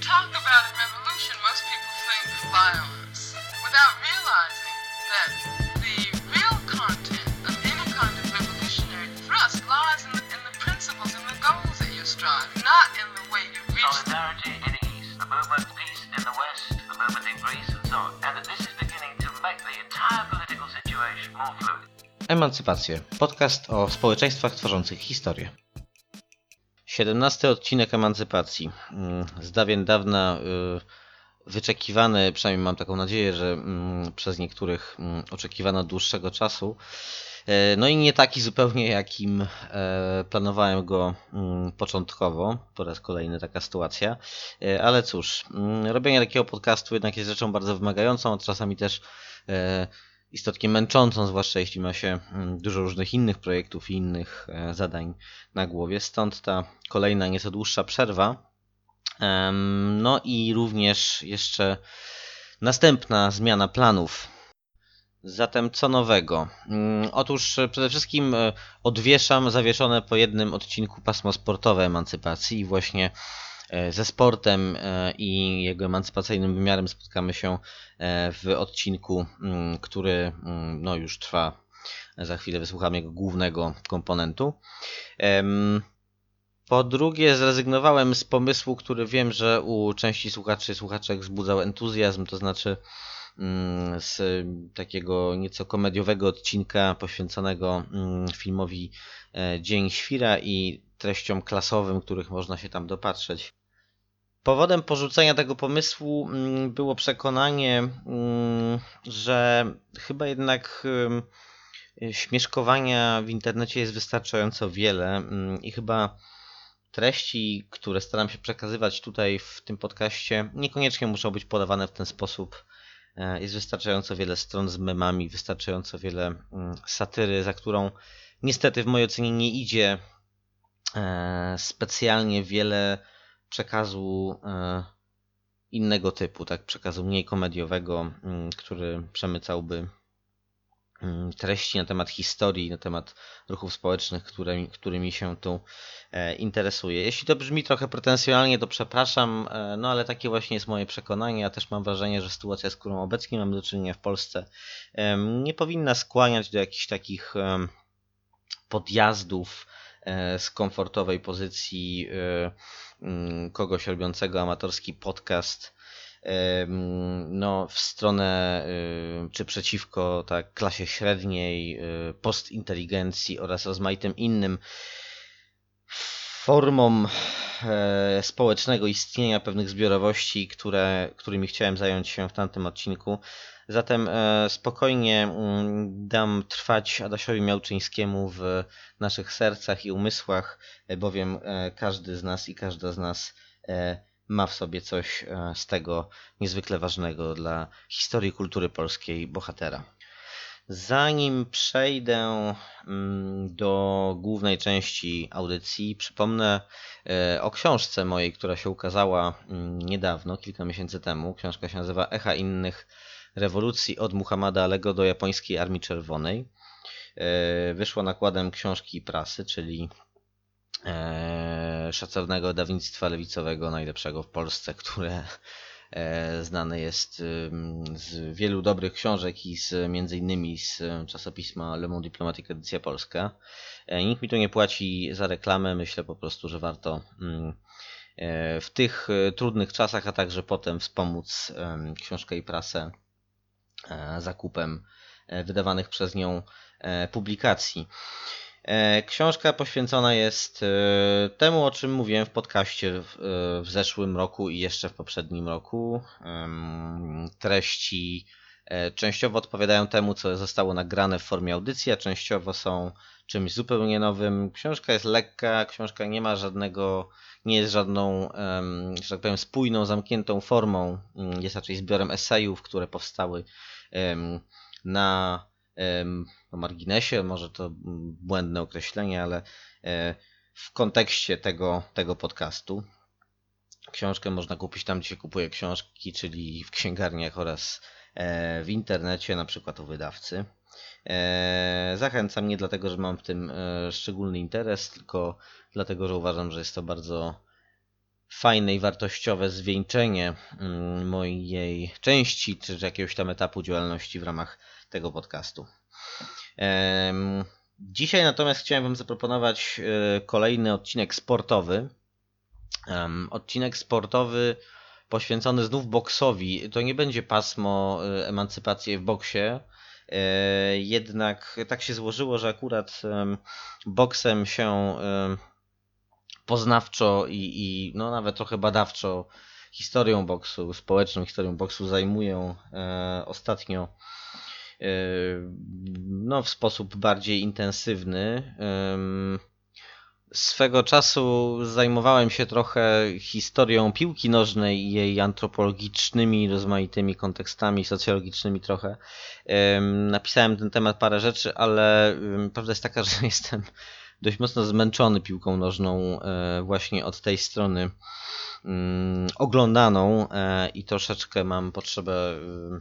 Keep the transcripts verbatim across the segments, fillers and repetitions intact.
talk about a revolution, most people think violence, without realizing that the real content of any kind of revolutionary thrust lies in the, in the principles and the goals that you strive, not in the way you reach them. Solidarity in the East, the movement peace in the West, the movement in Greece and so on. And that this is beginning to make the entire political situation more fluid. Emancypacje. Podcast o społeczeństwach tworzących historię. siedemnasty odcinek Emancypacji. Z dawien dawna wyczekiwany, przynajmniej mam taką nadzieję, że przez niektórych oczekiwany od dłuższego czasu. No i nie taki zupełnie, jakim planowałem go początkowo. Po raz kolejny taka sytuacja. Ale cóż, robienie takiego podcastu jednak jest rzeczą bardzo wymagającą, a czasami też istotnie męczącą, zwłaszcza jeśli ma się dużo różnych innych projektów i innych zadań na głowie. Stąd ta kolejna, nieco dłuższa przerwa. No i również jeszcze następna zmiana planów. Zatem co nowego? Otóż przede wszystkim odwieszam zawieszone po jednym odcinku pasmo sportowe emancypacji i właśnie ze sportem i jego emancypacyjnym wymiarem spotkamy się w odcinku, który no już trwa. Za chwilę wysłuchamy jego głównego komponentu. Po drugie, zrezygnowałem z pomysłu, który wiem, że u części słuchaczy i słuchaczek wzbudzał entuzjazm, to znaczy z takiego nieco komediowego odcinka poświęconego filmowi Dzień Świra i treściom klasowym, których można się tam dopatrzeć. Powodem porzucenia tego pomysłu było przekonanie, że chyba jednak śmieszkowania w internecie jest wystarczająco wiele i chyba treści, które staram się przekazywać tutaj w tym podcaście, niekoniecznie muszą być podawane w ten sposób. Jest wystarczająco wiele stron z memami, wystarczająco wiele satyry, za którą niestety w mojej ocenie nie idzie specjalnie wiele przekazu innego typu, tak, przekazu mniej komediowego, który przemycałby treści na temat historii, na temat ruchów społecznych, którymi, którymi się tu interesuję. Jeśli to brzmi trochę pretensjonalnie, to przepraszam, no ale takie właśnie jest moje przekonanie. Ja też mam wrażenie, że sytuacja, z którą obecnie mamy do czynienia w Polsce, nie powinna skłaniać do jakichś takich podjazdów z komfortowej pozycji kogoś robiącego amatorski podcast no, w stronę czy przeciwko tak, klasie średniej, postinteligencji oraz rozmaitym innym formom społecznego istnienia pewnych zbiorowości, które, którymi chciałem zająć się w tamtym odcinku. Zatem spokojnie dam trwać Adasiowi Miałczyńskiemu w naszych sercach i umysłach, bowiem każdy z nas i każda z nas ma w sobie coś z tego niezwykle ważnego dla historii i kultury polskiej bohatera. Zanim przejdę do głównej części audycji, przypomnę o książce mojej, która się ukazała niedawno, kilka miesięcy temu. Książka się nazywa Echa innych rewolucji od Muhammada Alego do japońskiej Armii Czerwonej. Wyszła nakładem Książki i Prasy, czyli szacownego wydawnictwa lewicowego, najlepszego w Polsce, które znane jest z wielu dobrych książek i z, między innymi z czasopisma Le Monde Diplomatique edycja polska. Nikt mi tu nie płaci za reklamę, myślę po prostu, że warto w tych trudnych czasach, a także potem wspomóc Książkę i Prasę zakupem wydawanych przez nią publikacji. Książka poświęcona jest temu, o czym mówiłem w podcaście w zeszłym roku i jeszcze w poprzednim roku. Treści częściowo odpowiadają temu, co zostało nagrane w formie audycji, a częściowo są czymś zupełnie nowym. Książka jest lekka, książka nie ma żadnego, nie jest żadną, że tak powiem, spójną, zamkniętą formą. Jest raczej zbiorem esejów, które powstały na o marginesie, może to błędne określenie, ale w kontekście tego, tego podcastu. Książkę można kupić tam, gdzie się kupuje książki, czyli w księgarniach oraz w internecie, na przykład u wydawcy. Zachęcam nie dlatego, że mam w tym szczególny interes, tylko dlatego, że uważam, że jest to bardzo fajne i wartościowe zwieńczenie mojej części, czy jakiegoś tam etapu działalności w ramach tego podcastu. Dzisiaj natomiast chciałem Wam zaproponować kolejny odcinek sportowy. Odcinek sportowy poświęcony znów boksowi. To nie będzie pasmo emancypacji w boksie, jednak tak się złożyło, że akurat boksem się poznawczo i, i no nawet trochę badawczo historią boksu, społeczną historią boksu zajmuję ostatnio no, w sposób bardziej intensywny. Swego czasu zajmowałem się trochę historią piłki nożnej i jej antropologicznymi, rozmaitymi kontekstami, socjologicznymi trochę. Napisałem na ten temat parę rzeczy, ale prawda jest taka, że jestem dość mocno zmęczony piłką nożną właśnie od tej strony oglądaną i troszeczkę mam potrzebę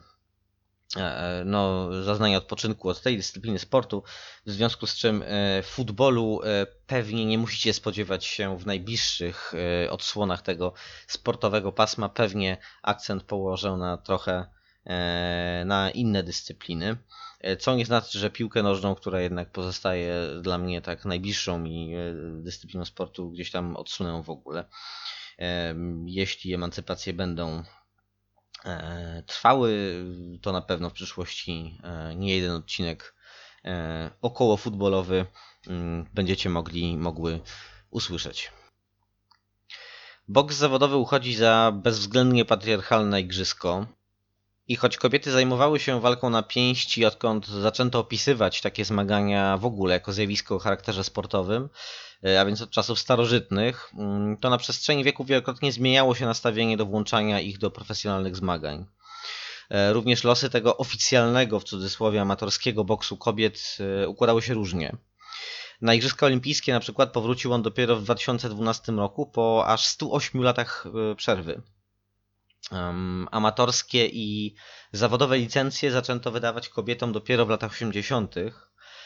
no, zaznania odpoczynku od tej dyscypliny sportu, w związku z czym w futbolu pewnie nie musicie spodziewać się w najbliższych odsłonach tego sportowego pasma. Pewnie akcent położę na trochę na inne dyscypliny, co nie znaczy, że piłkę nożną, która jednak pozostaje dla mnie tak najbliższą mi dyscypliną sportu, gdzieś tam odsunę w ogóle. Jeśli emancypacje będą trwały, to na pewno w przyszłości nie jeden odcinek około futbolowy będziecie mogli, mogły usłyszeć. Boks zawodowy uchodzi za bezwzględnie patriarchalne igrzysko i choć kobiety zajmowały się walką na pięści, odkąd zaczęto opisywać takie zmagania w ogóle jako zjawisko o charakterze sportowym, a więc od czasów starożytnych, to na przestrzeni wieków wielokrotnie zmieniało się nastawienie do włączania ich do profesjonalnych zmagań. Również losy tego oficjalnego, w cudzysłowie amatorskiego boksu kobiet układały się różnie. Na Igrzyska Olimpijskie na przykład powrócił on dopiero w dwa tysiące dwunastym roku po aż stu ośmiu latach przerwy. Amatorskie i zawodowe licencje zaczęto wydawać kobietom dopiero w latach osiemdziesiątych.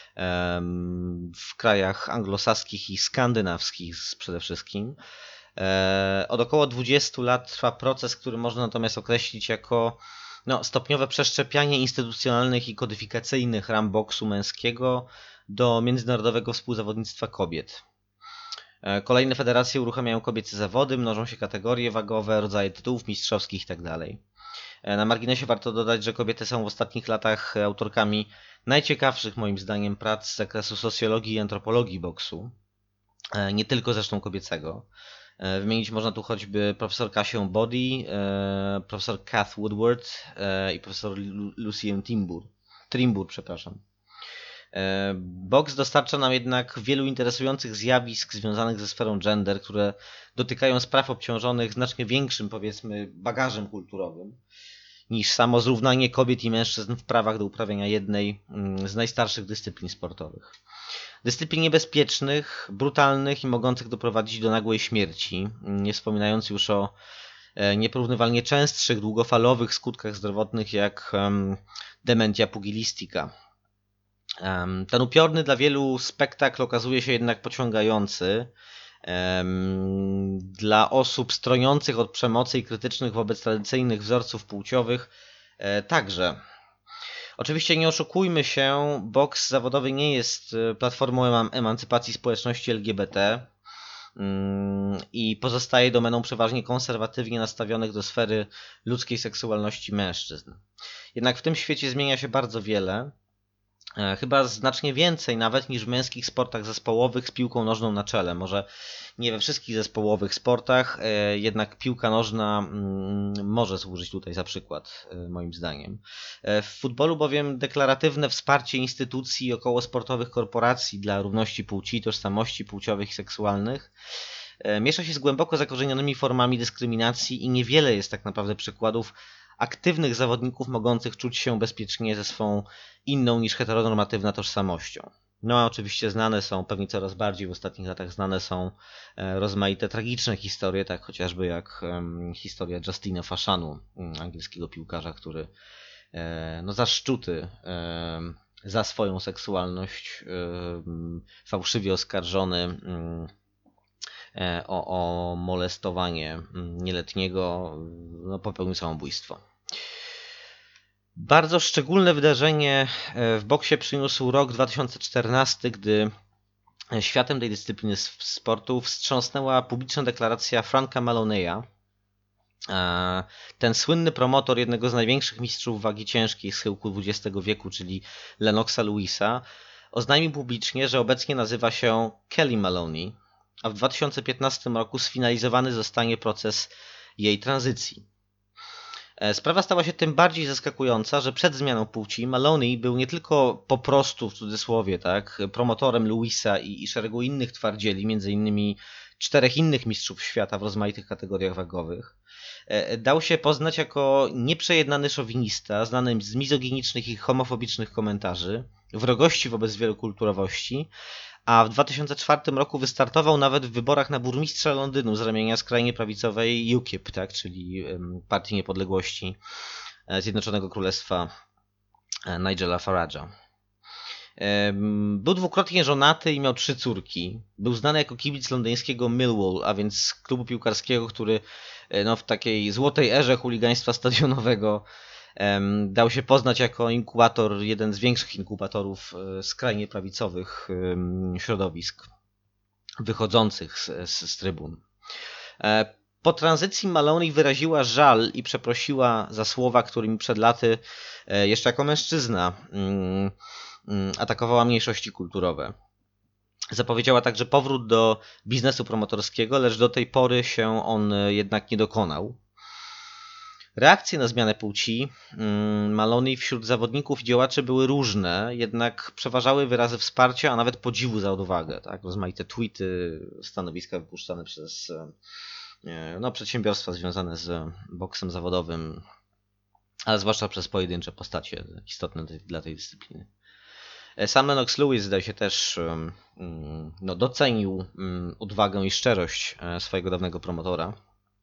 W krajach anglosaskich i skandynawskich przede wszystkim. Od około dwudziestu lat trwa proces, który można natomiast określić jako no, stopniowe przeszczepianie instytucjonalnych i kodyfikacyjnych ram boksu męskiego do międzynarodowego współzawodnictwa kobiet. Kolejne federacje uruchamiają kobiece zawody, mnożą się kategorie wagowe, rodzaje tytułów mistrzowskich itd. Na marginesie warto dodać, że kobiety są w ostatnich latach autorkami najciekawszych moim zdaniem prac z zakresu socjologii i antropologii boksu. Nie tylko zresztą kobiecego. Wymienić można tu choćby profesor Kasię Body, profesor Kath Woodward i profesor Lucię Trimbour. Trimbour, przepraszam. Boks dostarcza nam jednak wielu interesujących zjawisk związanych ze sferą gender, które dotykają spraw obciążonych znacznie większym, powiedzmy, bagażem kulturowym niż samo zrównanie kobiet i mężczyzn w prawach do uprawiania jednej z najstarszych dyscyplin sportowych. Dyscyplin niebezpiecznych, brutalnych i mogących doprowadzić do nagłej śmierci, nie wspominając już o nieporównywalnie częstszych, długofalowych skutkach zdrowotnych jak dementia pugilistica. Ten upiorny dla wielu spektakl okazuje się jednak pociągający. Dla osób stroniących od przemocy i krytycznych wobec tradycyjnych wzorców płciowych także. Oczywiście nie oszukujmy się, boks zawodowy nie jest platformą emancypacji społeczności L G B T i pozostaje domeną przeważnie konserwatywnie nastawionych do sfery ludzkiej seksualności mężczyzn. Jednak w tym świecie zmienia się bardzo wiele. Chyba znacznie więcej nawet niż w męskich sportach zespołowych z piłką nożną na czele. Może nie we wszystkich zespołowych sportach, jednak piłka nożna może służyć tutaj za przykład, moim zdaniem. W futbolu bowiem deklaratywne wsparcie instytucji i okołosportowych korporacji dla równości płci, tożsamości płciowych i seksualnych miesza się z głęboko zakorzenionymi formami dyskryminacji i niewiele jest tak naprawdę przykładów aktywnych zawodników mogących czuć się bezpiecznie ze swą inną niż heteronormatywna tożsamością. No a oczywiście znane są, pewnie coraz bardziej w ostatnich latach znane są rozmaite tragiczne historie, tak chociażby jak historia Justina Fashanu, angielskiego piłkarza, który no, za szczuty za swoją seksualność fałszywie oskarżony o, o molestowanie nieletniego, no, popełnił samobójstwo. Bardzo szczególne wydarzenie w boksie przyniósł rok dwa tysiące czternasty, gdy światem tej dyscypliny sportu wstrząsnęła publiczna deklaracja Franka Maloneya. Ten słynny promotor jednego z największych mistrzów wagi ciężkiej z chyłku dwudziestego wieku, czyli Lennoxa Lewisa, oznajmił publicznie, że obecnie nazywa się Kelly Maloney, a w dwa tysiące piętnastym roku sfinalizowany zostanie proces jej tranzycji. Sprawa stała się tym bardziej zaskakująca, że przed zmianą płci Maloney był nie tylko po prostu, w cudzysłowie, tak, promotorem Lewisa i, i szeregu innych twardzieli, między innymi czterech innych mistrzów świata w rozmaitych kategoriach wagowych. Dał się poznać jako nieprzejednany szowinista, znany z mizoginicznych i homofobicznych komentarzy, wrogości wobec wielokulturowości, a w dwa tysiące czwartym roku wystartował nawet w wyborach na burmistrza Londynu z ramienia skrajnie prawicowej U K I P, tak, czyli Partii Niepodległości Zjednoczonego Królestwa Nigela Farage'a. Był dwukrotnie żonaty i miał trzy córki. Był znany jako kibic londyńskiego Millwall, a więc klubu piłkarskiego, który no, w takiej złotej erze chuligaństwa stadionowego um, dał się poznać jako inkubator, jeden z większych inkubatorów skrajnie prawicowych um, środowisk wychodzących z, z, z trybun. E, po tranzycji Maloney wyraziła żal i przeprosiła za słowa, którymi przed laty e, jeszcze jako mężczyzna um, atakowała mniejszości kulturowe. Zapowiedziała także powrót do biznesu promotorskiego, lecz do tej pory się on jednak nie dokonał. Reakcje na zmianę płci Maloney wśród zawodników i działaczy były różne, jednak przeważały wyrazy wsparcia, a nawet podziwu za odwagę. Tak? Rozmaite tweety, stanowiska wypuszczane przez no, przedsiębiorstwa związane z boksem zawodowym, ale zwłaszcza przez pojedyncze postacie istotne dla tej dyscypliny. Sam Lennox Lewis, zdaje się, też no, docenił odwagę i szczerość swojego dawnego promotora.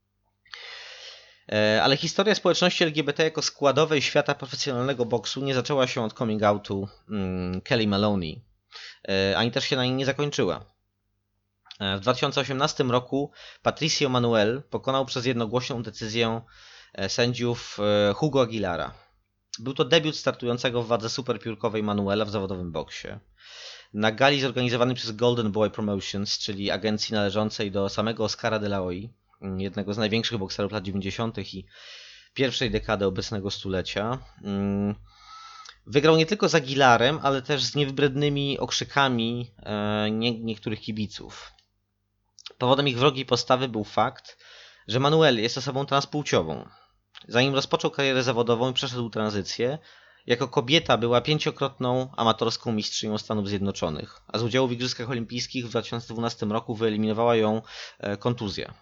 Ale historia społeczności L G B T jako składowej świata profesjonalnego boksu nie zaczęła się od coming outu Kelly Maloney, ani też się na niej nie zakończyła. W dwa tysiące osiemnastym roku Patricio Manuel pokonał przez jednogłośną decyzję sędziów Hugo Aguilara. Był to debiut startującego w wadze superpiórkowej Manuela w zawodowym boksie. Na gali zorganizowanej przez Golden Boy Promotions, czyli agencji należącej do samego Oscara de la Hoya, jednego z największych bokserów lat dziewięćdziesiątych i pierwszej dekady obecnego stulecia, wygrał nie tylko z Aguilarem, ale też z niewybrednymi okrzykami nie, niektórych kibiców. Powodem ich wrogiej postawy był fakt, że Manuel jest osobą transpłciową. Zanim rozpoczął karierę zawodową i przeszedł tranzycję, jako kobieta była pięciokrotną amatorską mistrzynią Stanów Zjednoczonych, a z udziału w Igrzyskach Olimpijskich w dwa tysiące dwunastym roku wyeliminowała ją kontuzja.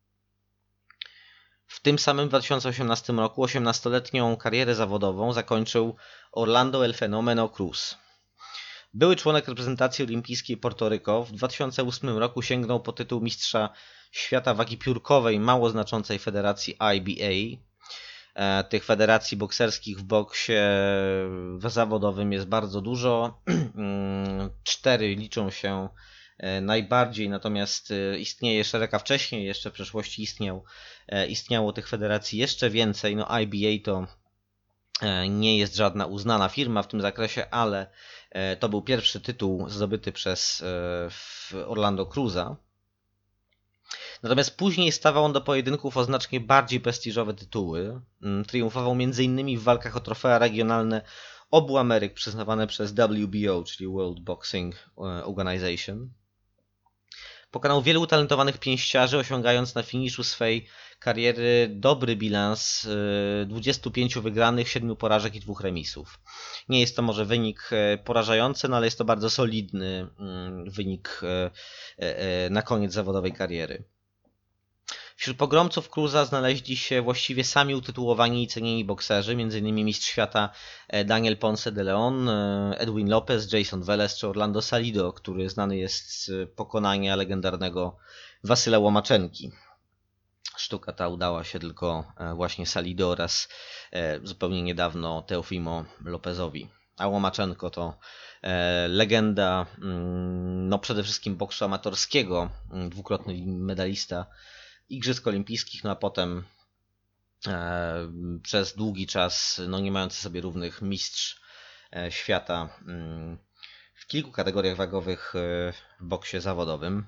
W tym samym dwa tysiące osiemnastym roku osiemnastoletnią karierę zawodową zakończył Orlando El Fenomeno Cruz. Były członek reprezentacji olimpijskiej Porto-Rico w dwa tysiące ósmym roku sięgnął po tytuł mistrza świata wagi piórkowej mało znaczącej federacji I B A. Tych federacji bokserskich w boksie zawodowym jest bardzo dużo. Cztery liczą się najbardziej, natomiast istnieje szereg, a wcześniej jeszcze w przeszłości istniał, istniało tych federacji jeszcze więcej. No I B A to nie jest żadna uznana firma w tym zakresie, ale to był pierwszy tytuł zdobyty przez Orlando Cruza. Natomiast później stawał on do pojedynków o znacznie bardziej prestiżowe tytuły. Triumfował między innymi w walkach o trofea regionalne obu Ameryk przyznawane przez W B O, czyli World Boxing Organization. Pokonał wielu utalentowanych pięściarzy, osiągając na finiszu swej kariery dobry bilans dwudziestu pięciu wygranych, siedmiu porażek i dwóch remisów. Nie jest to może wynik porażający, no ale jest to bardzo solidny wynik na koniec zawodowej kariery. Wśród pogromców Cruza znaleźli się właściwie sami utytułowani i cenieni bokserzy, m.in. mistrz świata Daniel Ponce de Leon, Edwin Lopez, Jason Velez czy Orlando Salido, który znany jest z pokonania legendarnego Wasyla Łomaczenki. Sztuka ta udała się tylko właśnie Salido oraz zupełnie niedawno Teofimo Lopezowi. a Łomaczenko to e, legenda mm, no przede wszystkim boksu amatorskiego, dwukrotny medalista Igrzysk Olimpijskich, no a potem e, przez długi czas no nie mający sobie równych mistrz e, świata mm, w kilku kategoriach wagowych e, w boksie zawodowym.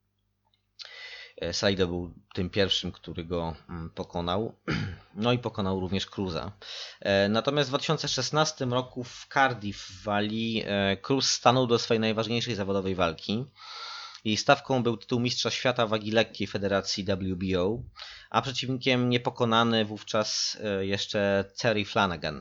Saido był tym pierwszym, który go pokonał, no i pokonał również Cruza. Natomiast w dwa tysiące szesnastym roku w Cardiff w Walii Cruz stanął do swojej najważniejszej zawodowej walki. Jej stawką był tytuł mistrza świata wagi lekkiej Federacji W B O, a przeciwnikiem niepokonany wówczas jeszcze Terry Flanagan.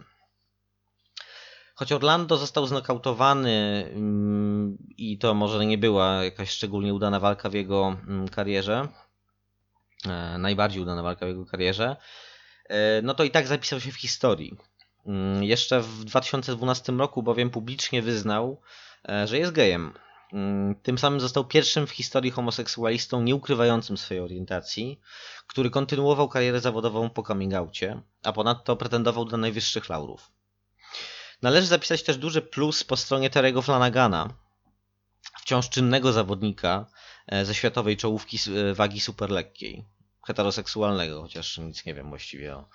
Choć Orlando został znokautowany i to może nie była jakaś szczególnie udana walka w jego karierze, najbardziej udana walka w jego karierze, no to i tak zapisał się w historii. Jeszcze w dwa tysiące dwunastym roku bowiem publicznie wyznał, że jest gejem. Tym samym został pierwszym w historii homoseksualistą nie ukrywającym swojej orientacji, który kontynuował karierę zawodową po coming outie, a ponadto pretendował do najwyższych laurów. Należy zapisać też duży plus po stronie Terry'ego Flanagana, wciąż czynnego zawodnika ze światowej czołówki wagi superlekkiej, heteroseksualnego, chociaż nic nie wiem właściwie o,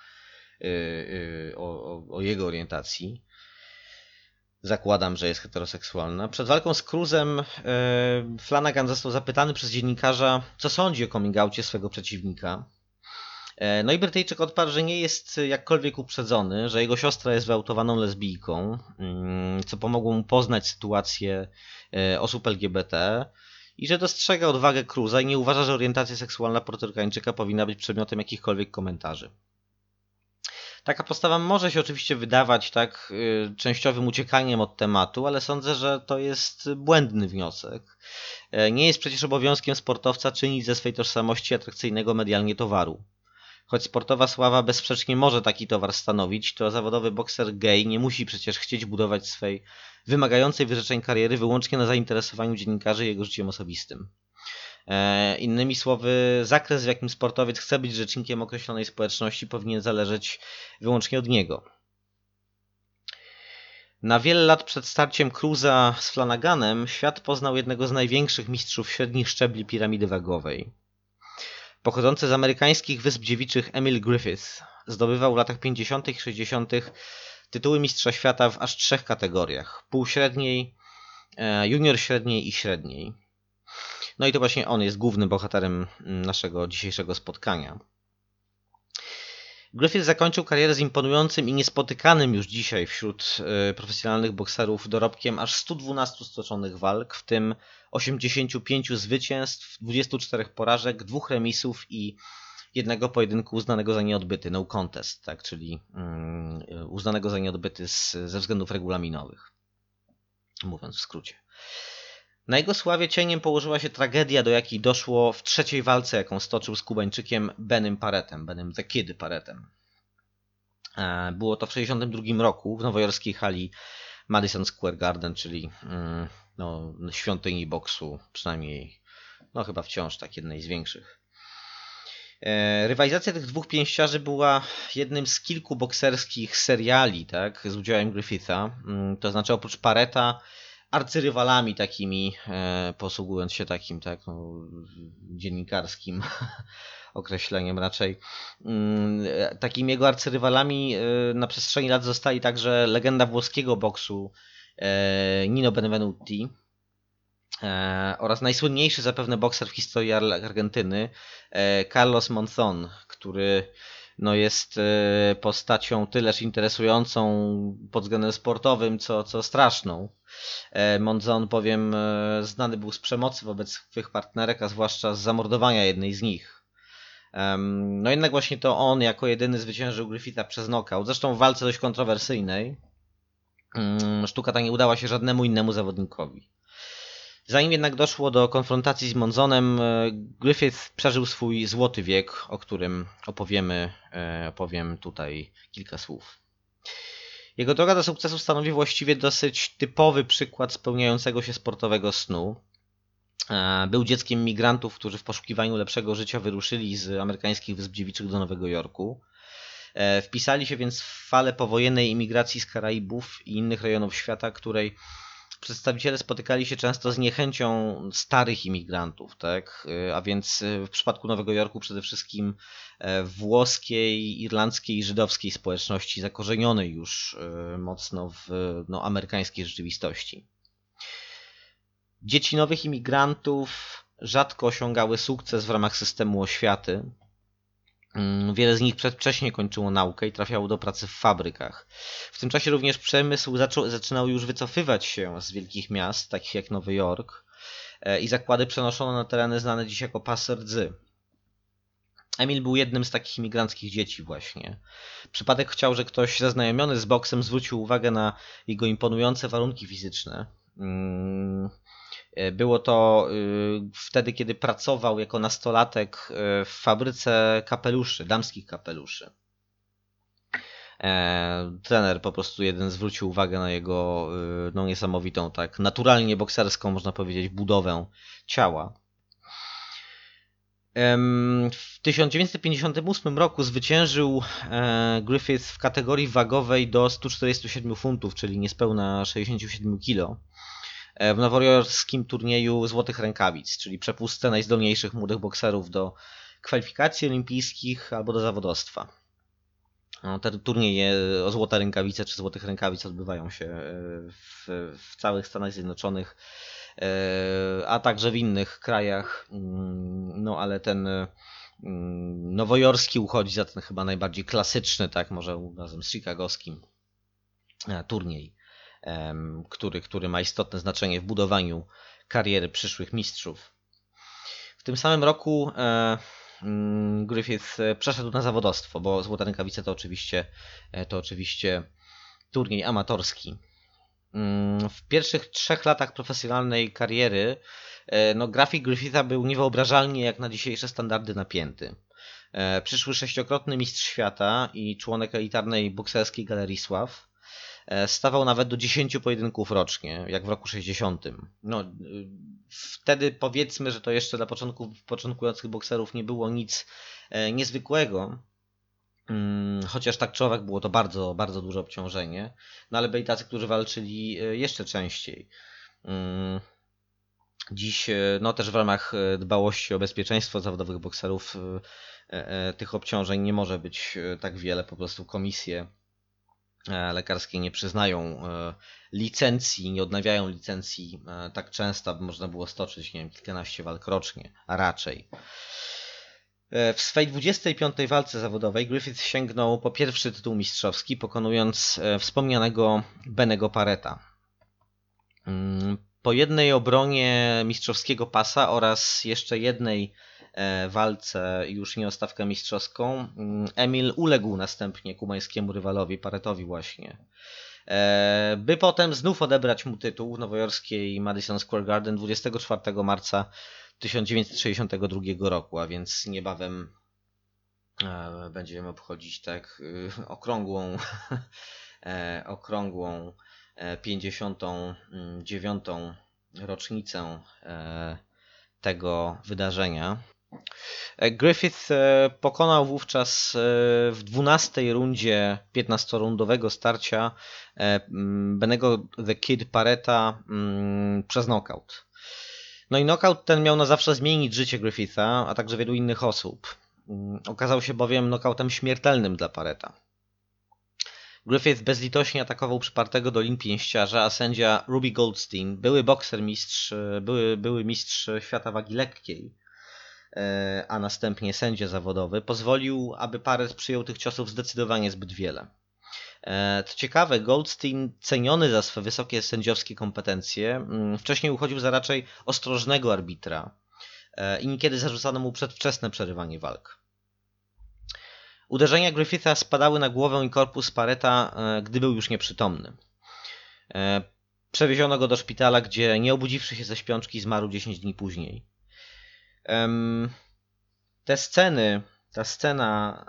o, o jego orientacji. Zakładam, że jest heteroseksualna. Przed walką z Cruzem Flanagan został zapytany przez dziennikarza, co sądzi o coming outie swego przeciwnika. No i Brytyjczyk odparł, że nie jest jakkolwiek uprzedzony, że jego siostra jest wyautowaną lesbijką, co pomogło mu poznać sytuację osób L G B T i że dostrzega odwagę Cruza i nie uważa, że orientacja seksualna Portorykańczyka powinna być przedmiotem jakichkolwiek komentarzy. Taka postawa może się oczywiście wydawać tak częściowym uciekaniem od tematu, ale sądzę, że to jest błędny wniosek. Nie jest przecież obowiązkiem sportowca czynić ze swej tożsamości atrakcyjnego medialnie towaru. Choć sportowa sława bezsprzecznie może taki towar stanowić, to zawodowy bokser gej nie musi przecież chcieć budować swej wymagającej wyrzeczeń kariery wyłącznie na zainteresowaniu dziennikarzy i jego życiem osobistym. E, innymi słowy, zakres, w jakim sportowiec chce być rzecznikiem określonej społeczności, powinien zależeć wyłącznie od niego. Na wiele lat przed starciem Cruza z Flanaganem świat poznał jednego z największych mistrzów średnich szczebli piramidy wagowej. Pochodzący z amerykańskich Wysp Dziewiczych Emil Griffith zdobywał w latach pięćdziesiątych i sześćdziesiątych tytuły mistrza świata w aż trzech kategoriach: półśredniej, junior średniej i średniej. No i to właśnie on jest głównym bohaterem naszego dzisiejszego spotkania. Griffith zakończył karierę z imponującym i niespotykanym już dzisiaj wśród profesjonalnych bokserów dorobkiem aż stu dwunastu stoczonych walk, w tym osiemdziesięciu pięciu zwycięstw, dwudziestu czterech porażek, dwóch remisów i jednego pojedynku uznanego za nieodbyty, no contest, tak, czyli um, uznanego za nieodbyty z, ze względów regulaminowych, mówiąc w skrócie. Na jego sławie cieniem położyła się tragedia, do jakiej doszło w trzeciej walce, jaką stoczył z Kubańczykiem Benym Parettem, Benym The Kid Parettem. Było to w sześćdziesiątym drugim roku w nowojorskiej hali Madison Square Garden, czyli no, świątyni boksu, przynajmniej no chyba wciąż tak jednej z większych. Rywalizacja tych dwóch pięściarzy była jednym z kilku bokserskich seriali, tak, z udziałem Griffitha, to znaczy oprócz Paretta arcyrywalami takimi, e, posługując się takim tak, no, dziennikarskim określeniem raczej. E, takimi jego arcyrywalami e, na przestrzeni lat zostali także legenda włoskiego boksu e, Nino Benvenuti e, oraz najsłynniejszy zapewne bokser w historii Argentyny e, Carlos Monzón, który no jest e, postacią tyleż interesującą pod względem sportowym, co, co straszną. Monzón bowiem znany był z przemocy wobec swych partnerek, a zwłaszcza z zamordowania jednej z nich. No jednak właśnie to on jako jedyny zwyciężył Griffitha przez knockout, zresztą w walce dość kontrowersyjnej. Sztuka ta nie udała się żadnemu innemu zawodnikowi. Zanim jednak doszło do konfrontacji z Monzonem, Griffith przeżył swój złoty wiek, o którym opowiemy, opowiem tutaj kilka słów. Jego droga do sukcesu stanowi właściwie dosyć typowy przykład spełniającego się sportowego snu. Był dzieckiem migrantów, którzy w poszukiwaniu lepszego życia wyruszyli z amerykańskich Wysp Dziewiczych do Nowego Jorku. Wpisali się więc w falę powojennej imigracji z Karaibów i innych rejonów świata, której przedstawiciele spotykali się często z niechęcią starych imigrantów, tak? A więc w przypadku Nowego Jorku przede wszystkim włoskiej, irlandzkiej i żydowskiej społeczności zakorzenionej już mocno w no, amerykańskiej rzeczywistości. Dzieci nowych imigrantów rzadko osiągały sukces w ramach systemu oświaty. Wiele z nich przedwcześnie kończyło naukę i trafiało do pracy w fabrykach. W tym czasie również przemysł zaczął, zaczynał już wycofywać się z wielkich miast, takich jak Nowy Jork, i zakłady przenoszono na tereny znane dziś jako pasy rdzy. Emil był jednym z takich imigranckich dzieci właśnie. Przypadek chciał, że ktoś zaznajomiony z boksem zwrócił uwagę na jego imponujące warunki fizyczne. Było to wtedy, kiedy pracował jako nastolatek w fabryce kapeluszy, damskich kapeluszy. Trener po prostu jeden zwrócił uwagę na jego no, niesamowitą, tak naturalnie bokserską, można powiedzieć, budowę ciała. W tysiąc dziewięćset pięćdziesiątym ósmym roku zwyciężył Griffith w kategorii wagowej do stu czterdziestu siedmiu funtów, czyli niespełna sześćdziesięciu siedmiu kilo. W nowojorskim turnieju złotych rękawic, czyli przepustce najzdolniejszych młodych bokserów do kwalifikacji olimpijskich albo do zawodowstwa. No, te turnieje o złote rękawice czy złotych rękawic odbywają się w, w całych Stanach Zjednoczonych, a także w innych krajach, no ale ten nowojorski uchodzi za ten chyba najbardziej klasyczny, tak, może razem z chicagowskim turniej. Który, który ma istotne znaczenie w budowaniu kariery przyszłych mistrzów. W tym samym roku e, Griffith przeszedł na zawodowstwo, bo złote rękawice to oczywiście, to oczywiście turniej amatorski. W pierwszych trzech latach profesjonalnej kariery no, grafik Griffitha był niewyobrażalnie jak na dzisiejsze standardy napięty. Przyszły sześciokrotny mistrz świata i członek elitarnej bokserskiej Galerii Sław stawał nawet do dziesięciu pojedynków rocznie, jak w roku sześćdziesiątym. No, wtedy powiedzmy, że to jeszcze dla początku, początkujących bokserów nie było nic niezwykłego, chociaż tak czy owak było to bardzo, bardzo duże obciążenie, no ale byli tacy, którzy walczyli jeszcze częściej. Dziś no też w ramach dbałości o bezpieczeństwo zawodowych bokserów tych obciążeń nie może być tak wiele, po prostu komisje lekarskie nie przyznają licencji, nie odnawiają licencji tak często, aby można było stoczyć, nie wiem, kilkanaście walk rocznie, a raczej. W swej dwudziestej piątej walce zawodowej Griffith sięgnął po pierwszy tytuł mistrzowski, pokonując wspomnianego Bennego Paretta. Po jednej obronie mistrzowskiego pasa oraz jeszcze jednej walce już nie o stawkę mistrzowską, Emil uległ następnie kubańskiemu rywalowi, Parettowi właśnie, by potem znów odebrać mu tytuł w nowojorskiej Madison Square Garden dwudziestego czwartego marca tysiąc dziewięćset sześćdziesiątego drugiego roku, a więc niebawem będziemy obchodzić tak okrągłą, okrągłą pięćdziesiątą dziewiątą rocznicę tego wydarzenia. Griffith pokonał wówczas w dwunastej rundzie piętnastorodowego starcia Bennego The Kid Paretta przez knockout. No i knockout ten miał na zawsze zmienić życie Griffitha, a także wielu innych osób. Okazał się bowiem knockoutem śmiertelnym dla Paretta. Griffith bezlitośnie atakował przypartego do lin pięściarza, a sędzia Ruby Goldstein, były bokser mistrz, były, były mistrz świata wagi lekkiej, a następnie sędzia zawodowy, pozwolił, aby Parett przyjął tych ciosów zdecydowanie zbyt wiele. Co ciekawe, Goldstein, ceniony za swe wysokie sędziowskie kompetencje, wcześniej uchodził za raczej ostrożnego arbitra i niekiedy zarzucano mu przedwczesne przerywanie walk. Uderzenia Griffitha spadały na głowę i korpus Paretta, gdy był już nieprzytomny. Przewieziono go do szpitala, gdzie nie obudziwszy się ze śpiączki zmarł dziesięć dni później. Te sceny, ta scena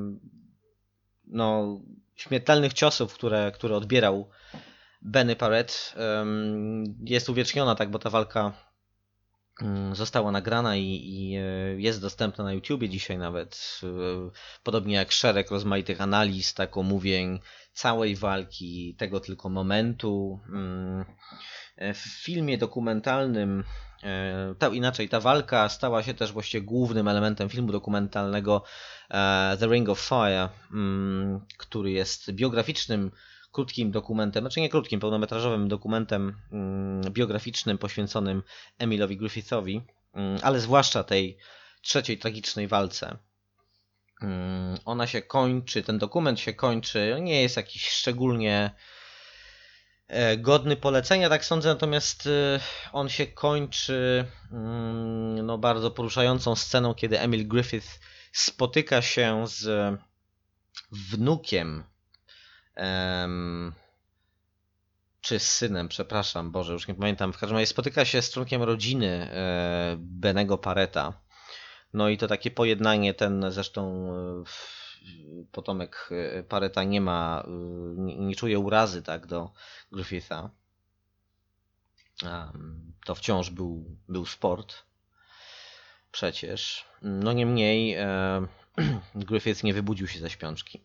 no, śmiertelnych ciosów, które, które odbierał Benny Parett, jest uwieczniona, tak, bo ta walka została nagrana i, i jest dostępna na YouTubie dzisiaj nawet, podobnie jak szereg rozmaitych analiz, tak omówień całej walki, tego tylko momentu. W filmie dokumentalnym, ta, inaczej, ta walka stała się też właściwie głównym elementem filmu dokumentalnego The Ring of Fire, który jest biograficznym, krótkim dokumentem, znaczy nie krótkim, pełnometrażowym dokumentem biograficznym poświęconym Emilowi Griffithowi, ale zwłaszcza tej trzeciej tragicznej walce. Ona się kończy, ten dokument się kończy, nie jest jakiś szczególnie godny polecenia, tak sądzę, natomiast on się kończy no, bardzo poruszającą sceną, kiedy Emil Griffith spotyka się z wnukiem um, czy z synem, przepraszam, Boże, już nie pamiętam, w każdym razie spotyka się z członkiem rodziny e, Benego Paretta. No i to takie pojednanie, ten zresztą potomek Paretta nie ma, nie, nie czuje urazy tak do Griffitha. To wciąż był, był sport przecież. No niemniej e, Griffith nie wybudził się ze śpiączki.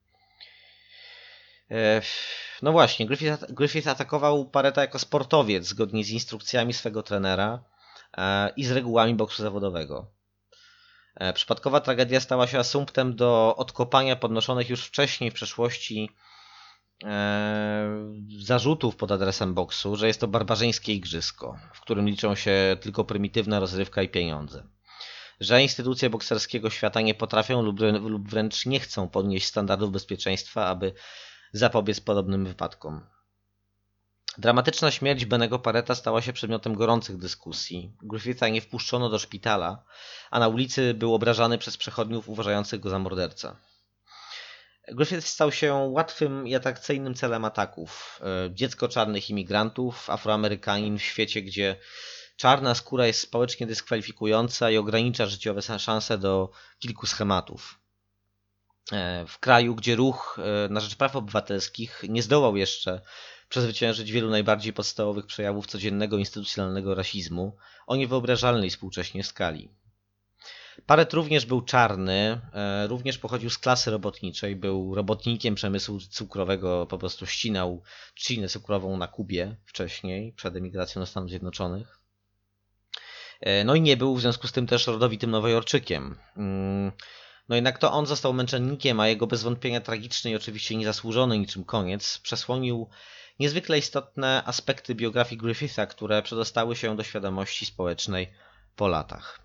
E, no właśnie, Griffith, Griffith atakował Paretta jako sportowiec zgodnie z instrukcjami swego trenera e, i z regułami boksu zawodowego. Przypadkowa tragedia stała się asumptem do odkopania podnoszonych już wcześniej w przeszłości e, zarzutów pod adresem boksu, że jest to barbarzyńskie igrzysko, w którym liczą się tylko prymitywna rozrywka i pieniądze. Że instytucje bokserskiego świata nie potrafią lub, lub wręcz nie chcą podnieść standardów bezpieczeństwa, aby zapobiec podobnym wypadkom. Dramatyczna śmierć Benego Paretta stała się przedmiotem gorących dyskusji. Griffitha nie wpuszczono do szpitala, a na ulicy był obrażany przez przechodniów uważających go za mordercę. Griffith stał się łatwym i atrakcyjnym celem ataków. Dziecko czarnych imigrantów, Afroamerykanin w świecie, gdzie czarna skóra jest społecznie dyskwalifikująca i ogranicza życiowe szanse do kilku schematów. W kraju, gdzie ruch na rzecz praw obywatelskich nie zdołał jeszcze przezwyciężyć wielu najbardziej podstawowych przejawów codziennego instytucjonalnego rasizmu o niewyobrażalnej współcześnie skali. Parett również był czarny, również pochodził z klasy robotniczej, był robotnikiem przemysłu cukrowego, po prostu ścinał trzcinę cukrową na Kubie wcześniej, przed emigracją do Stanów Zjednoczonych. No i nie był w związku z tym też rodowitym Nowojorczykiem. No jednak to on został męczennikiem, a jego bez wątpienia tragiczny i oczywiście niezasłużony niczym koniec przesłonił niezwykle istotne aspekty biografii Griffitha, które przedostały się do świadomości społecznej po latach.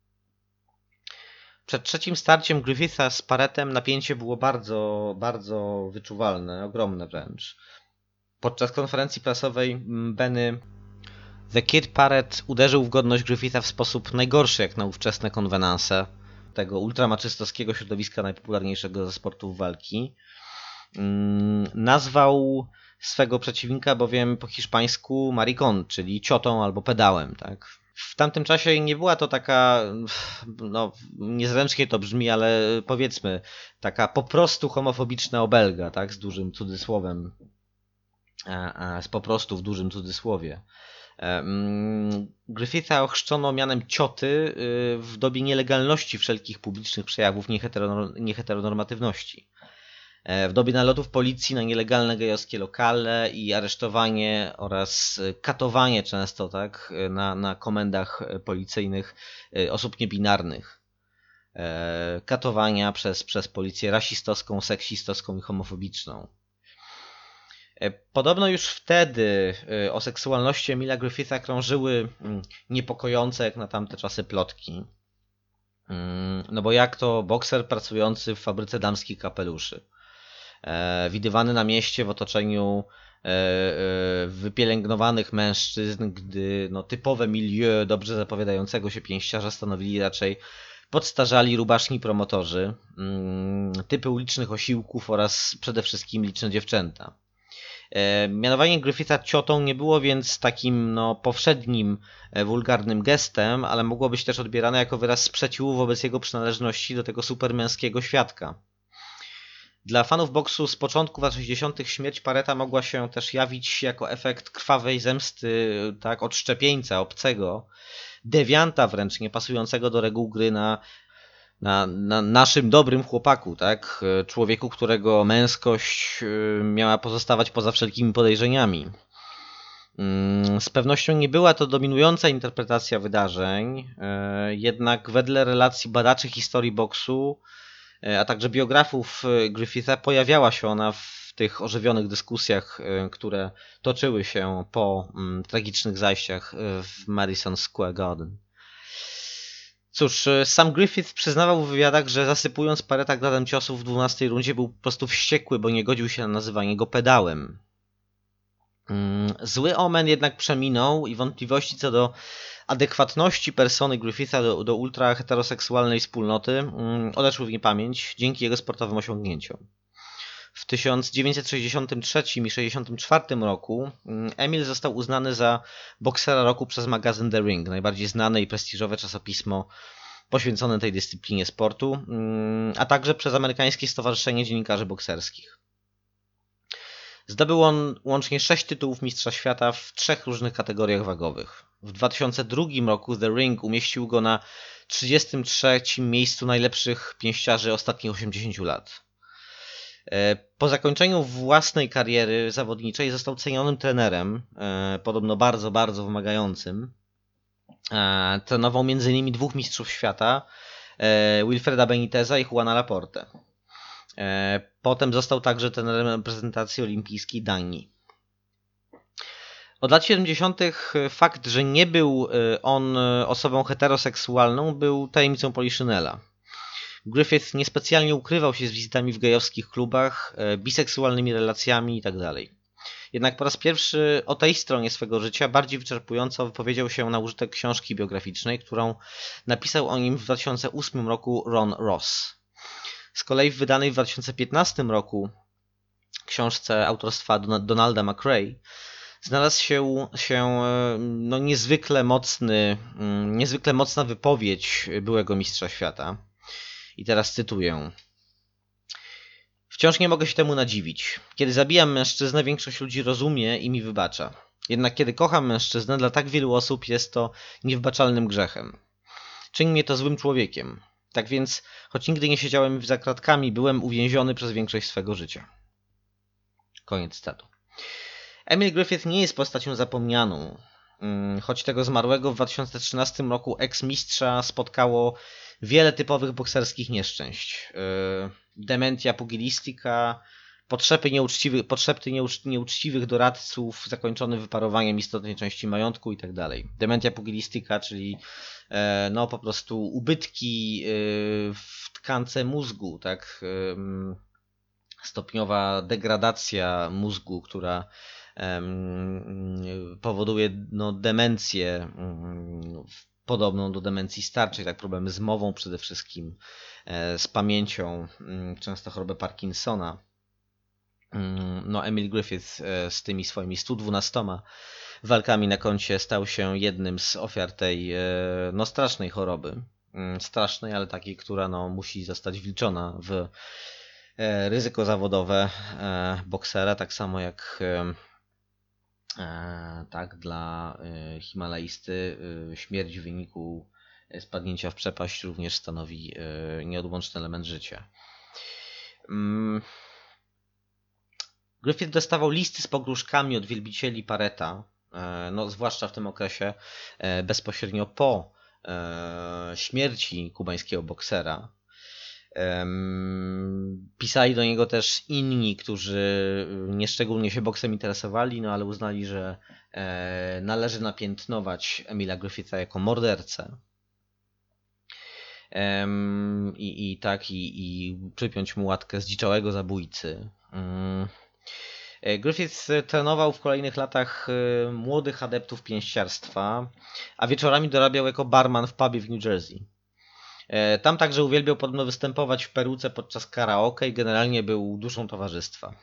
Przed trzecim starciem Griffitha z Parettem napięcie było bardzo, bardzo wyczuwalne, ogromne wręcz. Podczas konferencji prasowej Benny The Kid Parett uderzył w godność Griffitha w sposób najgorszy jak na ówczesne konwenanse tego ultramachystowskiego środowiska najpopularniejszego ze sportów walki. Nazwał swego przeciwnika bowiem po hiszpańsku maricón, czyli ciotą albo pedałem, tak? W tamtym czasie nie była to taka, no niezręcznie to brzmi, ale powiedzmy, taka po prostu homofobiczna obelga, tak? Z dużym cudzysłowem, z po prostu w dużym cudzysłowie. Griffitha ochrzczono mianem cioty w dobie nielegalności wszelkich publicznych przejawów nieheteronormatywności. W dobie nalotów policji na nielegalne gejowskie lokale i aresztowanie oraz katowanie często tak na, na komendach policyjnych osób niebinarnych. Katowania przez, przez policję rasistowską, seksistowską i homofobiczną. Podobno już wtedy o seksualności Emila Griffitha krążyły niepokojące jak na tamte czasy plotki. No bo jak to bokser pracujący w fabryce damskich kapeluszy. Widywany na mieście w otoczeniu wypielęgnowanych mężczyzn, gdy no, typowe milieu dobrze zapowiadającego się pięściarza stanowili raczej podstarzali rubaszni promotorzy, typy ulicznych osiłków oraz przede wszystkim liczne dziewczęta. Mianowanie Griffitha ciotą nie było więc takim no, powszednim, wulgarnym gestem, ale mogło być też odbierane jako wyraz sprzeciwu wobec jego przynależności do tego supermęskiego świadka. Dla fanów boksu z początku lat sześćdziesiątych śmierć Paretta mogła się też jawić jako efekt krwawej zemsty tak, odszczepieńca obcego, dewianta wręcz, nie pasującego do reguł gry na, na, na naszym dobrym chłopaku, tak? Człowieku, którego męskość miała pozostawać poza wszelkimi podejrzeniami. Z pewnością nie była to dominująca interpretacja wydarzeń, jednak wedle relacji badaczy historii boksu, a także biografów Griffitha, pojawiała się ona w tych ożywionych dyskusjach, które toczyły się po tragicznych zajściach w Madison Square Garden. Cóż, sam Griffith przyznawał w wywiadach, że zasypując Pareta gradem ciosów w dwunastej rundzie był po prostu wściekły, bo nie godził się na nazywanie go pedałem. Zły omen jednak przeminął i wątpliwości co do adekwatności persony Griffitha do, do ultraheteroseksualnej wspólnoty odeszły w niepamięć dzięki jego sportowym osiągnięciom. W tysiąc dziewięćset sześćdziesiątym trzecim i sześćdziesiątym czwartym roku Emil został uznany za boksera roku przez magazyn The Ring, najbardziej znane i prestiżowe czasopismo poświęcone tej dyscyplinie sportu, a także przez amerykańskie Stowarzyszenie Dziennikarzy Bokserskich. Zdobył on łącznie sześć tytułów mistrza świata w trzech różnych kategoriach wagowych. W dwa tysiące drugim roku The Ring umieścił go na trzydziestym trzecim miejscu najlepszych pięściarzy ostatnich osiemdziesięciu lat. Po zakończeniu własnej kariery zawodniczej został cenionym trenerem, podobno bardzo, bardzo wymagającym. Trenował między innymi dwóch mistrzów świata, Wilfreda Beniteza i Juana Laporte. Potem został także trenerem reprezentacji olimpijskiej Danii. Od lat siedemdziesiątych fakt, że nie był on osobą heteroseksualną, był tajemnicą Poliszynela. Griffith niespecjalnie ukrywał się z wizytami w gejowskich klubach, biseksualnymi relacjami itd. Jednak po raz pierwszy o tej stronie swego życia bardziej wyczerpująco wypowiedział się na użytek książki biograficznej, którą napisał o nim w dwa tysiące ósmym roku Ron Ross. Z kolei w wydanej w dwa tysiące piętnastym roku książce autorstwa Donalda McRae znalazł się, się no, niezwykle mocny, niezwykle mocna wypowiedź byłego mistrza świata. I teraz cytuję. Wciąż nie mogę się temu nadziwić. Kiedy zabijam mężczyznę, większość ludzi rozumie i mi wybacza. Jednak kiedy kocham mężczyznę, dla tak wielu osób jest to niewybaczalnym grzechem. Czyni mnie to złym człowiekiem. Tak więc, choć nigdy nie siedziałem za kratkami, byłem uwięziony przez większość swego życia. Koniec cytatu. Emil Griffith nie jest postacią zapomnianą. Choć tego zmarłego w dwa tysiące trzynastym roku eks-mistrza spotkało wiele typowych bokserskich nieszczęść. Dementia pugilistica, potrzepy nieuczciwych, potrzepy nieucz, nieuczciwych doradców zakończone wyparowaniem istotnej części majątku itd. Dementia pugilistica, czyli no po prostu ubytki w tkance mózgu, tak? Stopniowa degradacja mózgu, która powoduje no, demencję podobną do demencji starczej, tak, problemy z mową przede wszystkim, z pamięcią, często chorobę Parkinsona. No, Emil Griffith z tymi swoimi stu dwunastoma walkami na koncie stał się jednym z ofiar tej no, strasznej choroby. Strasznej, ale takiej, która no, musi zostać wliczona w ryzyko zawodowe boksera, tak samo jak tak dla Himalajsty śmierć w wyniku spadnięcia w przepaść również stanowi nieodłączny element życia. Griffith dostawał listy z pogróżkami od wielbicieli Pareta, no zwłaszcza w tym okresie bezpośrednio po śmierci kubańskiego boksera. Pisali do niego też inni, którzy nieszczególnie się boksem interesowali, no ale uznali, że należy napiętnować Emila Griffitha jako mordercę. I, i tak, i, i przypiąć mu łatkę zdziczałego zabójcy. Griffith trenował w kolejnych latach młodych adeptów pięściarstwa, a wieczorami dorabiał jako barman w pubie w New Jersey. Tam także uwielbiał podobno występować w peruce podczas karaoke i generalnie był duszą towarzystwa.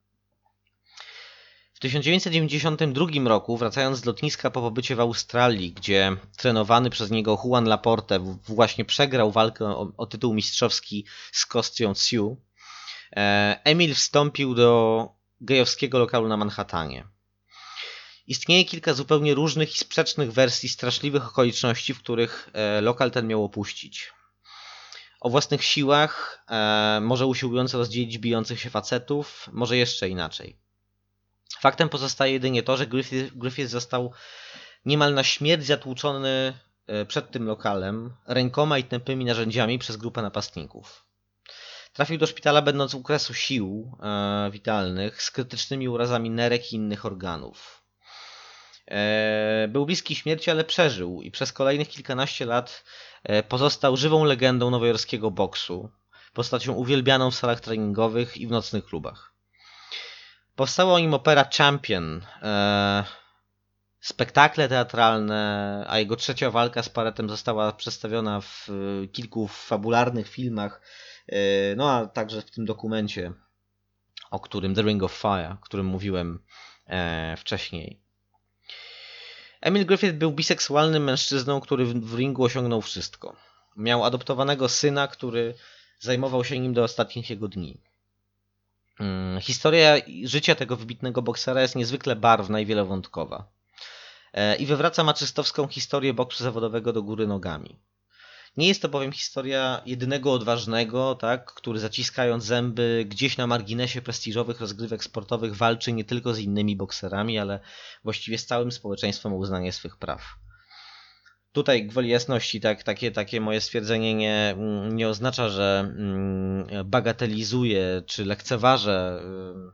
W tysiąc dziewięćset dziewięćdziesiątym drugim roku, wracając z lotniska po pobycie w Australii, gdzie trenowany przez niego Juan Laporte właśnie przegrał walkę o, o tytuł mistrzowski z Kostią Sioux, Emil wstąpił do gejowskiego lokalu na Manhattanie. Istnieje kilka zupełnie różnych i sprzecznych wersji straszliwych okoliczności, w których lokal ten miał opuścić. O własnych siłach, może usiłując rozdzielić bijących się facetów, może jeszcze inaczej. Faktem pozostaje jedynie to, że Griffith, Griffith został niemal na śmierć zatłuczony przed tym lokalem rękoma i tępymi narzędziami przez grupę napastników. Trafił do szpitala będąc u kresu sił e, witalnych z krytycznymi urazami nerek i innych organów. E, był bliski śmierci, ale przeżył i przez kolejnych kilkanaście lat e, pozostał żywą legendą nowojorskiego boksu, postacią uwielbianą w salach treningowych i w nocnych klubach. Powstała o nim opera Champion, e, spektakle teatralne, a jego trzecia walka z Paretem została przedstawiona w kilku fabularnych filmach, no a także w tym dokumencie, o którym The Ring of Fire, o którym mówiłem e, wcześniej. Emil Griffith był biseksualnym mężczyzną, który w, w ringu osiągnął wszystko. Miał adoptowanego syna, który zajmował się nim do ostatnich jego dni. Hmm, historia życia tego wybitnego boksera jest niezwykle barwna i wielowątkowa. E, I wywraca maczystowską historię boksu zawodowego do góry nogami. Nie jest to bowiem historia jedynego odważnego, tak, który zaciskając zęby gdzieś na marginesie prestiżowych rozgrywek sportowych walczy nie tylko z innymi bokserami, ale właściwie z całym społeczeństwem o uznanie swych praw. Tutaj gwoli jasności tak, takie, takie moje stwierdzenie nie, nie oznacza, że bagatelizuję czy lekceważę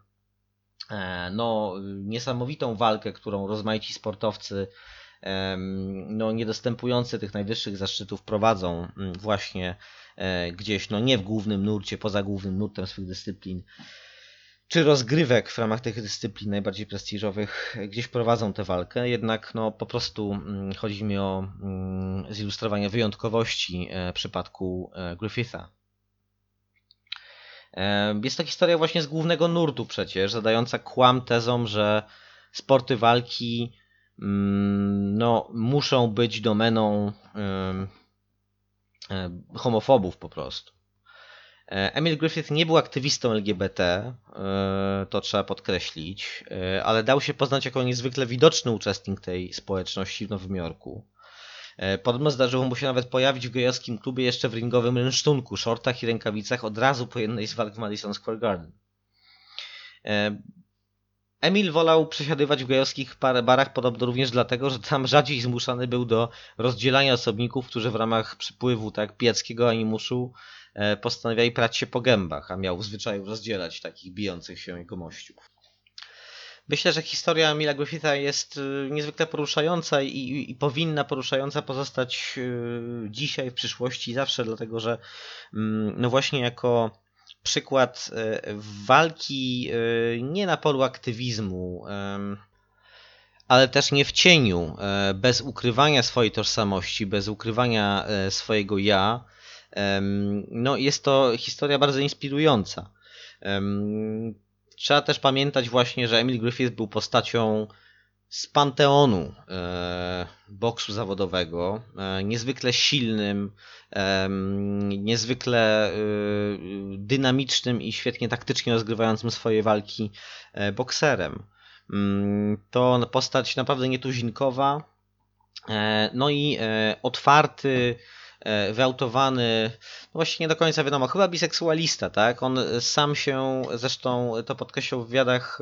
no, niesamowitą walkę, którą rozmaici sportowcy no, niedostępujący tych najwyższych zaszczytów prowadzą właśnie gdzieś, no nie w głównym nurcie, poza głównym nurtem swych dyscyplin, czy rozgrywek w ramach tych dyscyplin najbardziej prestiżowych, gdzieś prowadzą tę walkę, jednak no po prostu chodzi mi o zilustrowanie wyjątkowości przypadku Griffitha. Jest to historia właśnie z głównego nurtu przecież, zadająca kłam tezom, że sporty walki no, muszą być domeną homofobów po prostu. Emil Griffith nie był aktywistą L G B T, to trzeba podkreślić, ale dał się poznać jako niezwykle widoczny uczestnik tej społeczności w Nowym Jorku. Podobno zdarzyło mu się nawet pojawić w gejowskim klubie jeszcze w ringowym rynsztunku, shortach i rękawicach od razu po jednej z walk w Madison Square Garden. Emil wolał przesiadywać w gejowskich barach podobno również dlatego, że tam rzadziej zmuszany był do rozdzielania osobników, którzy w ramach przypływu tak pijackiego animuszu postanawiali prać się po gębach, a miał w zwyczaju rozdzielać takich bijących się jegomościów. Myślę, że historia Emila Griffitha jest niezwykle poruszająca i, i, i powinna poruszająca pozostać dzisiaj, w przyszłości zawsze, dlatego że no właśnie jako przykład walki nie na polu aktywizmu, ale też nie w cieniu, bez ukrywania swojej tożsamości, bez ukrywania swojego ja. No jest to historia bardzo inspirująca. Trzeba też pamiętać właśnie, że Emil Griffith był postacią z panteonu e, boksu zawodowego, e, niezwykle silnym, e, niezwykle e, dynamicznym i świetnie taktycznie rozgrywającym swoje walki e, bokserem. E, to postać naprawdę nietuzinkowa, e, no i e, otwarty, e, wyautowany, no właściwie nie do końca wiadomo, chyba biseksualista, tak? On sam się, zresztą to podkreślał w wywiadach,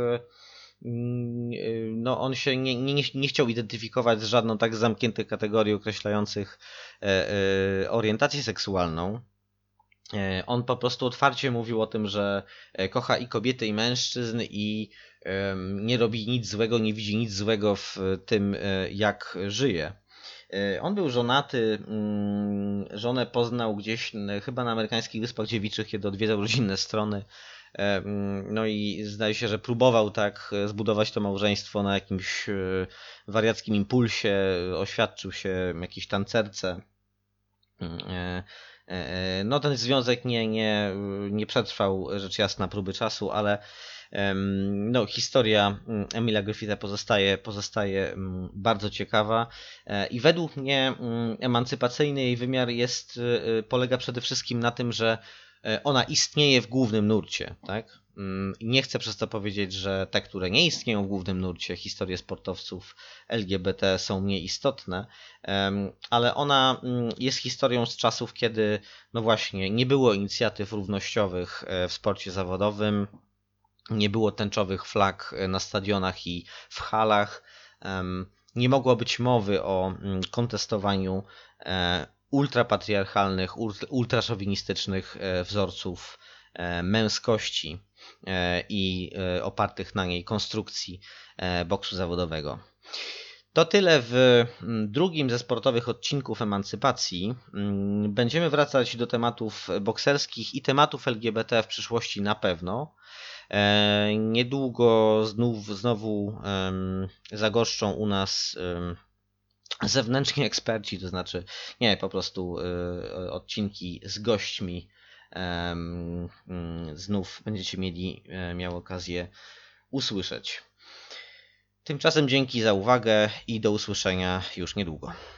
no on się nie, nie, nie chciał identyfikować z żadną tak zamkniętą kategorią określających orientację seksualną. On po prostu otwarcie mówił o tym, że kocha i kobiety, i mężczyzn i nie robi nic złego, nie widzi nic złego w tym, jak żyje. On był żonaty, żonę poznał gdzieś chyba na amerykańskich Wyspach Dziewiczych, kiedy odwiedzał rodzinne strony. No i zdaje się, że próbował tak zbudować to małżeństwo na jakimś wariackim impulsie, oświadczył się jakiejś tancerce. No ten związek nie, nie, nie przetrwał rzecz jasna próby czasu, ale no, historia Emila Griffitha pozostaje, pozostaje bardzo ciekawa i według mnie emancypacyjny jej wymiar jest, polega przede wszystkim na tym, że ona istnieje w głównym nurcie, tak? Nie chcę przez to powiedzieć, że te, które nie istnieją w głównym nurcie, historie sportowców L G B T są mniej istotne, ale ona jest historią z czasów, kiedy no właśnie nie było inicjatyw równościowych w sporcie zawodowym, nie było tęczowych flag na stadionach i w halach, nie mogło być mowy o kontestowaniu ultrapatriarchalnych, ultraszowinistycznych wzorców męskości i opartych na niej konstrukcji boksu zawodowego. To tyle w drugim ze sportowych odcinków Emancypacji. Będziemy wracać do tematów bokserskich i tematów L G B T w przyszłości na pewno. Niedługo znów, znowu zagoszczą u nas zewnętrzni eksperci, to znaczy nie, po prostu odcinki z gośćmi. Znów będziecie mieli miał okazję usłyszeć. Tymczasem dzięki za uwagę i do usłyszenia już niedługo.